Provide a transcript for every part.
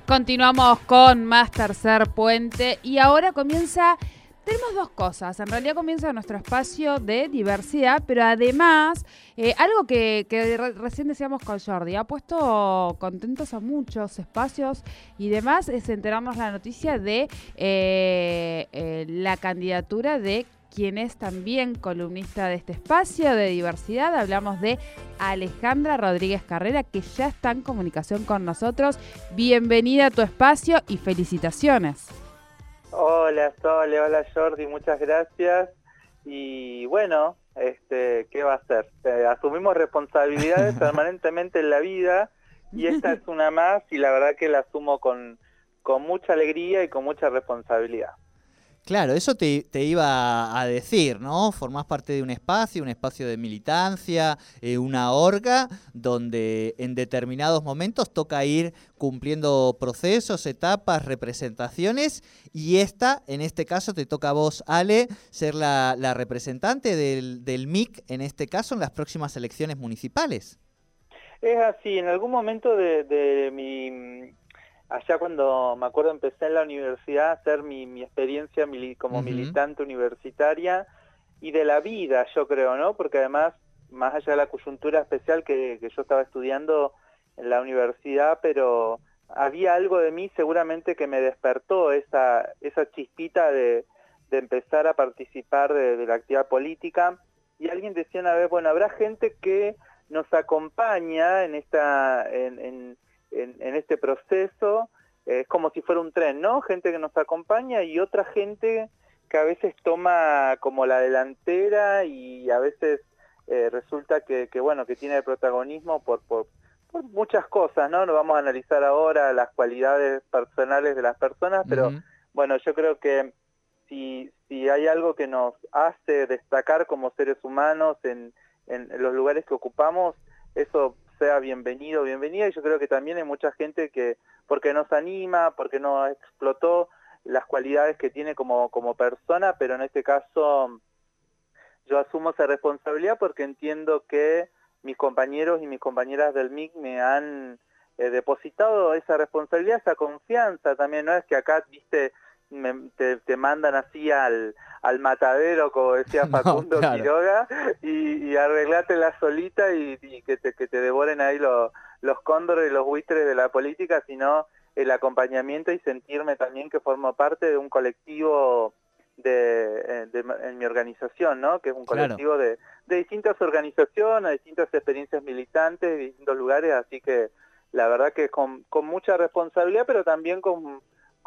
Continuamos con más Tercer Puente y ahora tenemos dos cosas. En realidad comienza nuestro espacio de diversidad, pero además, algo que recién decíamos con Jordi, ha puesto contentos a muchos espacios y demás, es enterarnos la noticia de la candidatura de quien es también columnista de este espacio de diversidad. Hablamos de Alejandra Rodríguez Carrera, que ya está en comunicación con nosotros. Bienvenida a tu espacio y felicitaciones. Hola Sole, hola Jordi, muchas gracias. Y bueno, ¿qué va a ser? Asumimos responsabilidades permanentemente en la vida y esta es una más y la verdad que la asumo con mucha alegría y con mucha responsabilidad. Claro, eso te iba a decir, ¿no? Formás parte de un espacio de militancia, una orga, donde en determinados momentos toca ir cumpliendo procesos, etapas, representaciones, y en este caso, te toca a vos, Ale, ser la representante del MIC, en este caso, en las próximas elecciones municipales. Es así, en algún momento de mi... Allá cuando, me acuerdo, empecé en la universidad a hacer mi experiencia como militante universitaria y de la vida, yo creo, ¿no? Porque además, más allá de la coyuntura especial que yo estaba estudiando en la universidad, pero había algo de mí seguramente que me despertó esa chispita de empezar a participar de la actividad política. Y alguien decía una vez, bueno, habrá gente que nos acompaña en este proceso, es como si fuera un tren, ¿no? Gente que nos acompaña y otra gente que a veces toma como la delantera y a veces resulta que tiene el protagonismo por muchas cosas, ¿no? No vamos a analizar ahora las cualidades personales de las personas, pero bueno, yo creo que si hay algo que nos hace destacar como seres humanos en los lugares que ocupamos, eso sea bienvenido, bienvenida, y yo creo que también hay mucha gente que, porque nos anima, porque no explotó las cualidades que tiene como persona, pero en este caso yo asumo esa responsabilidad porque entiendo que mis compañeros y mis compañeras del MIC me han depositado esa responsabilidad, esa confianza también, no es que acá, viste, te mandan así al matadero, como decía Facundo Quiroga, y arreglátela solita y que te devoren ahí los cóndores y los buitres de la política, sino el acompañamiento y sentirme también que formo parte de un colectivo en mi organización, ¿no? Que es un colectivo de distintas organizaciones, de distintas experiencias militantes, de distintos lugares, así que la verdad que con mucha responsabilidad, pero también con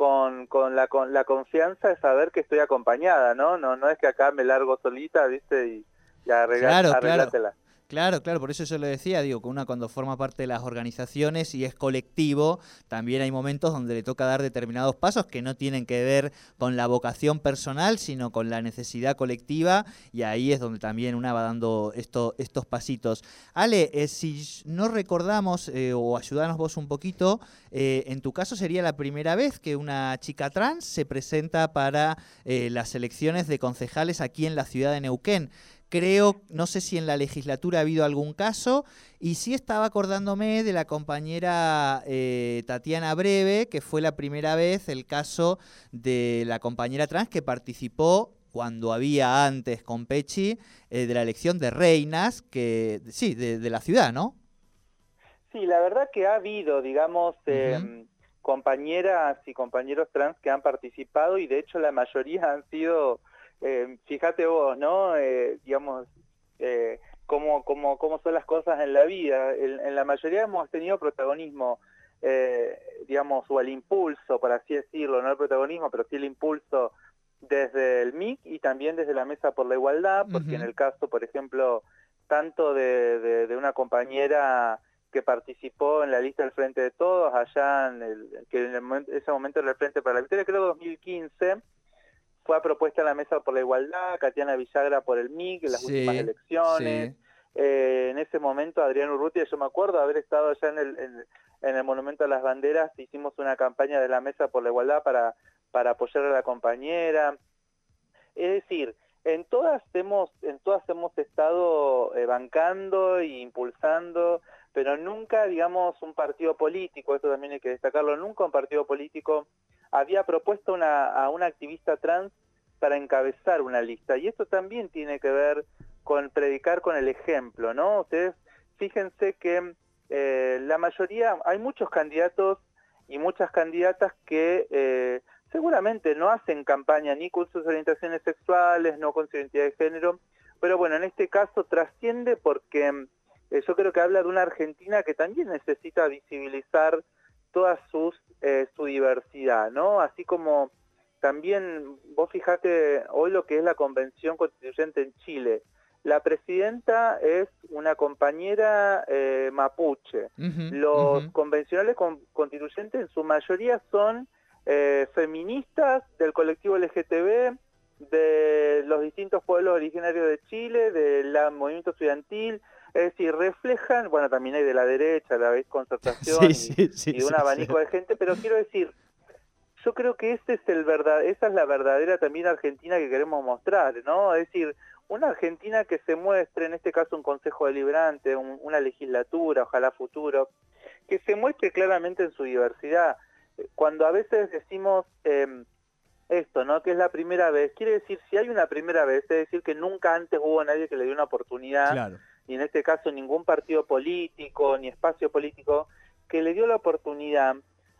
la confianza de saber que estoy acompañada, ¿no? No es que acá me largo solita, ¿viste? Y arreglátela. Claro, por eso yo lo decía, digo, que una cuando forma parte de las organizaciones y es colectivo, también hay momentos donde le toca dar determinados pasos que no tienen que ver con la vocación personal, sino con la necesidad colectiva, y ahí es donde también una va dando estos pasitos. Ale, si no recordamos, o ayudanos vos un poquito, en tu caso sería la primera vez que una chica trans se presenta para las elecciones de concejales aquí en la ciudad de Neuquén. Creo, no sé si en la legislatura ha habido algún caso, y sí estaba acordándome de la compañera Tatiana Breve, que fue la primera vez el caso de la compañera trans que participó cuando había antes con Pechi de la elección de reinas, de la ciudad, ¿no? Sí, la verdad que ha habido, digamos, compañeras y compañeros trans que han participado y de hecho la mayoría han sido... fíjate vos, ¿no? Digamos, cómo son las cosas en la vida. En la mayoría hemos tenido protagonismo, digamos, o el impulso, por así decirlo, no el protagonismo, pero sí el impulso desde el MIC y también desde la Mesa por la Igualdad, porque en el caso, por ejemplo, tanto de una compañera que participó en la lista del Frente de Todos, allá en ese momento era el Frente para la Victoria, creo 2015, fue a propuesta en la Mesa por la Igualdad, Katiana Villagra por el MIC en las últimas elecciones. En ese momento Adrián Urrutia, yo me acuerdo haber estado allá en el Monumento a las Banderas, hicimos una campaña de la Mesa por la Igualdad para apoyar a la compañera. Es decir, en todas hemos estado bancando e impulsando, pero nunca, digamos, un partido político, esto también hay que destacarlo, nunca un partido político había propuesto a una activista trans para encabezar una lista. Y esto también tiene que ver con predicar con el ejemplo, ¿no? Ustedes fíjense que la mayoría, hay muchos candidatos y muchas candidatas que seguramente no hacen campaña ni con sus orientaciones sexuales, no con su identidad de género, pero bueno, en este caso trasciende porque yo creo que habla de una Argentina que también necesita visibilizar toda su diversidad, ¿no? Así como también, vos fijate hoy lo que es la Convención Constituyente en Chile. La presidenta es una compañera mapuche. Los convencionales constituyentes en su mayoría son feministas del colectivo LGTB, de los distintos pueblos originarios de Chile, del movimiento estudiantil, es decir, reflejan, bueno, también hay de la derecha, la vez concertación y de un abanico de gente, pero quiero decir, yo creo que esa es la verdadera también Argentina que queremos mostrar, ¿no? Es decir, una Argentina que se muestre, en este caso un Consejo Deliberante, una legislatura, ojalá futuro, que se muestre claramente en su diversidad. Cuando a veces decimos esto, ¿no? Que es la primera vez, quiere decir, si hay una primera vez, es decir, que nunca antes hubo nadie que le dio una oportunidad, Claro. y en este caso ningún partido político, ni espacio político, que le dio la oportunidad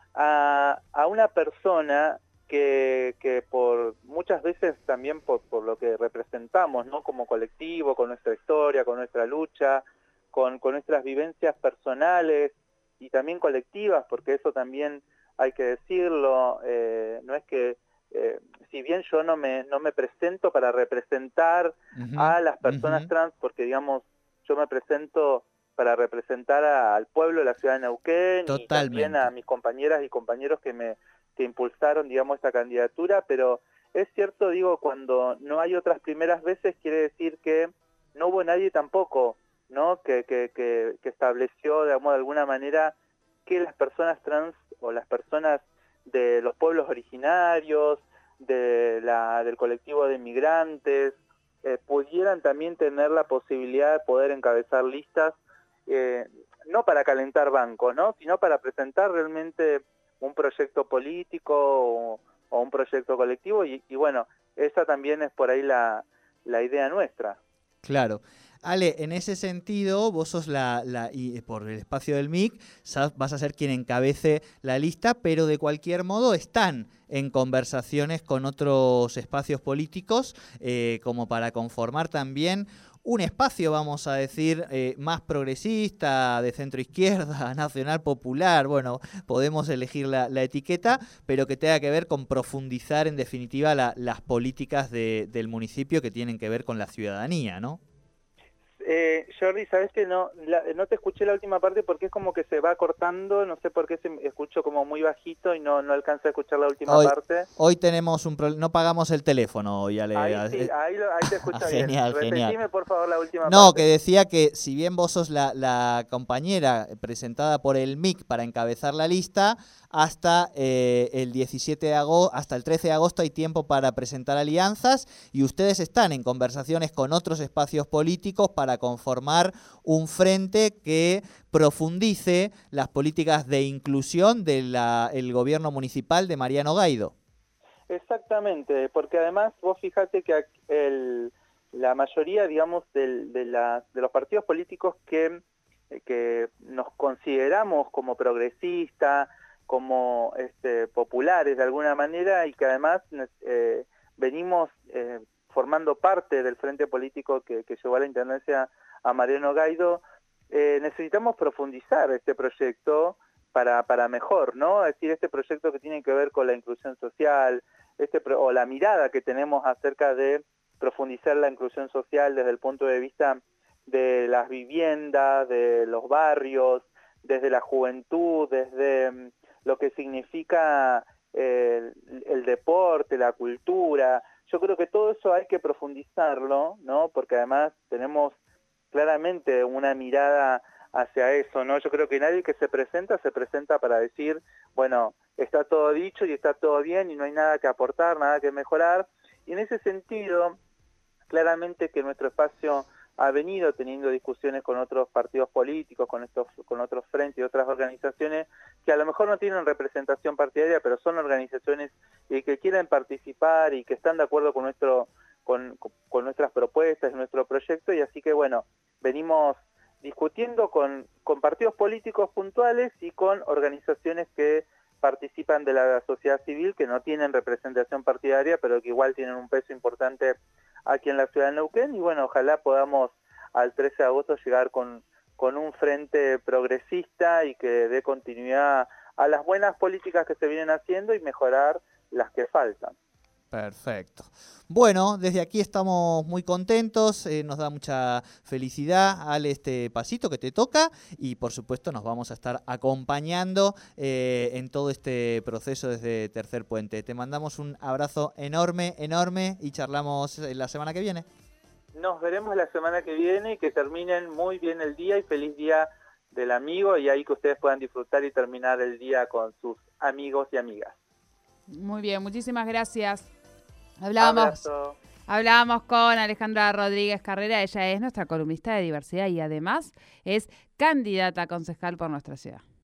a una persona que por muchas veces también por lo que representamos, ¿no? Como colectivo, con nuestra historia, con nuestra lucha, con nuestras vivencias personales y también colectivas, porque eso también hay que decirlo, no es que si bien yo no me presento para representar a las personas trans, porque digamos yo me presento para representar al pueblo de la ciudad de Neuquén. Totalmente. Y también a mis compañeras y compañeros que impulsaron, digamos, esta candidatura, pero es cierto, digo, cuando no hay otras primeras veces, quiere decir que no hubo nadie tampoco, ¿no? Que estableció, digamos, de alguna manera que las personas trans o las personas de los pueblos originarios, del colectivo de migrantes, pudieran también tener la posibilidad de poder encabezar listas, no para calentar bancos, ¿no? Sino para presentar realmente un proyecto político o un proyecto colectivo y bueno, esa también es por ahí la idea nuestra. Claro. Ale, en ese sentido, vos sos y por el espacio del MIC, vas a ser quien encabece la lista, pero de cualquier modo están en conversaciones con otros espacios políticos como para conformar también un espacio, vamos a decir, más progresista, de centro izquierda, nacional popular, bueno, podemos elegir la etiqueta, pero que tenga que ver con profundizar en definitiva las políticas del municipio que tienen que ver con la ciudadanía, ¿no? Jordi, ¿sabes que no te escuché la última parte porque es como que se va cortando, no sé por qué escucho como muy bajito y no alcanzo a escuchar la última parte? Hoy tenemos un problema, no pagamos el teléfono hoy, Ale. Ahí te escucho bien. Genial. Repetime por favor la última parte. No, que decía que si bien vos sos la compañera presentada por el MIC para encabezar la lista, hasta el 17 de agosto, hasta el 13 de agosto hay tiempo para presentar alianzas y ustedes están en conversaciones con otros espacios políticos para conformar un frente que profundice las políticas de inclusión del gobierno municipal de Mariano Gaido. Exactamente, porque además vos fíjate que la mayoría, digamos, de los partidos políticos que nos consideramos como progresistas, como populares de alguna manera y que además venimos formando parte del frente político que llevó a la intendencia a Mariano Gaido, necesitamos profundizar este proyecto para mejor, ¿no? Es decir, este proyecto que tiene que ver con la inclusión social, o la mirada que tenemos acerca de profundizar la inclusión social desde el punto de vista de las viviendas, de los barrios, desde la juventud, desde lo que significa el deporte, la cultura. Yo creo que todo eso hay que profundizarlo, ¿no? Porque además tenemos claramente una mirada hacia eso, ¿no? Yo creo que nadie que se presenta para decir, bueno, está todo dicho y está todo bien y no hay nada que aportar, nada que mejorar. Y en ese sentido, claramente que nuestro espacio ha venido teniendo discusiones con otros partidos políticos, con otros frentes y otras organizaciones que a lo mejor no tienen representación partidaria, pero son organizaciones que quieren participar y que están de acuerdo con nuestras propuestas, nuestro proyecto, y así que bueno, venimos discutiendo con partidos políticos puntuales y con organizaciones que participan de la sociedad civil, que no tienen representación partidaria, pero que igual tienen un peso importante aquí en la ciudad de Neuquén, y bueno, ojalá podamos al 13 de agosto llegar con un frente progresista y que dé continuidad a las buenas políticas que se vienen haciendo y mejorar las que faltan. Perfecto. Bueno, desde aquí estamos muy contentos, nos da mucha felicidad, Ale, este pasito que te toca, y por supuesto nos vamos a estar acompañando en todo este proceso desde Tercer Puente. Te mandamos un abrazo enorme, enorme, y charlamos la semana que viene. Nos veremos la semana que viene y que terminen muy bien el día y feliz día del amigo, y ahí que ustedes puedan disfrutar y terminar el día con sus amigos y amigas. Muy bien, muchísimas gracias. Abrazo. Hablábamos con Alejandra Rodríguez Carrera, ella es nuestra columnista de diversidad y además es candidata a concejal por nuestra ciudad.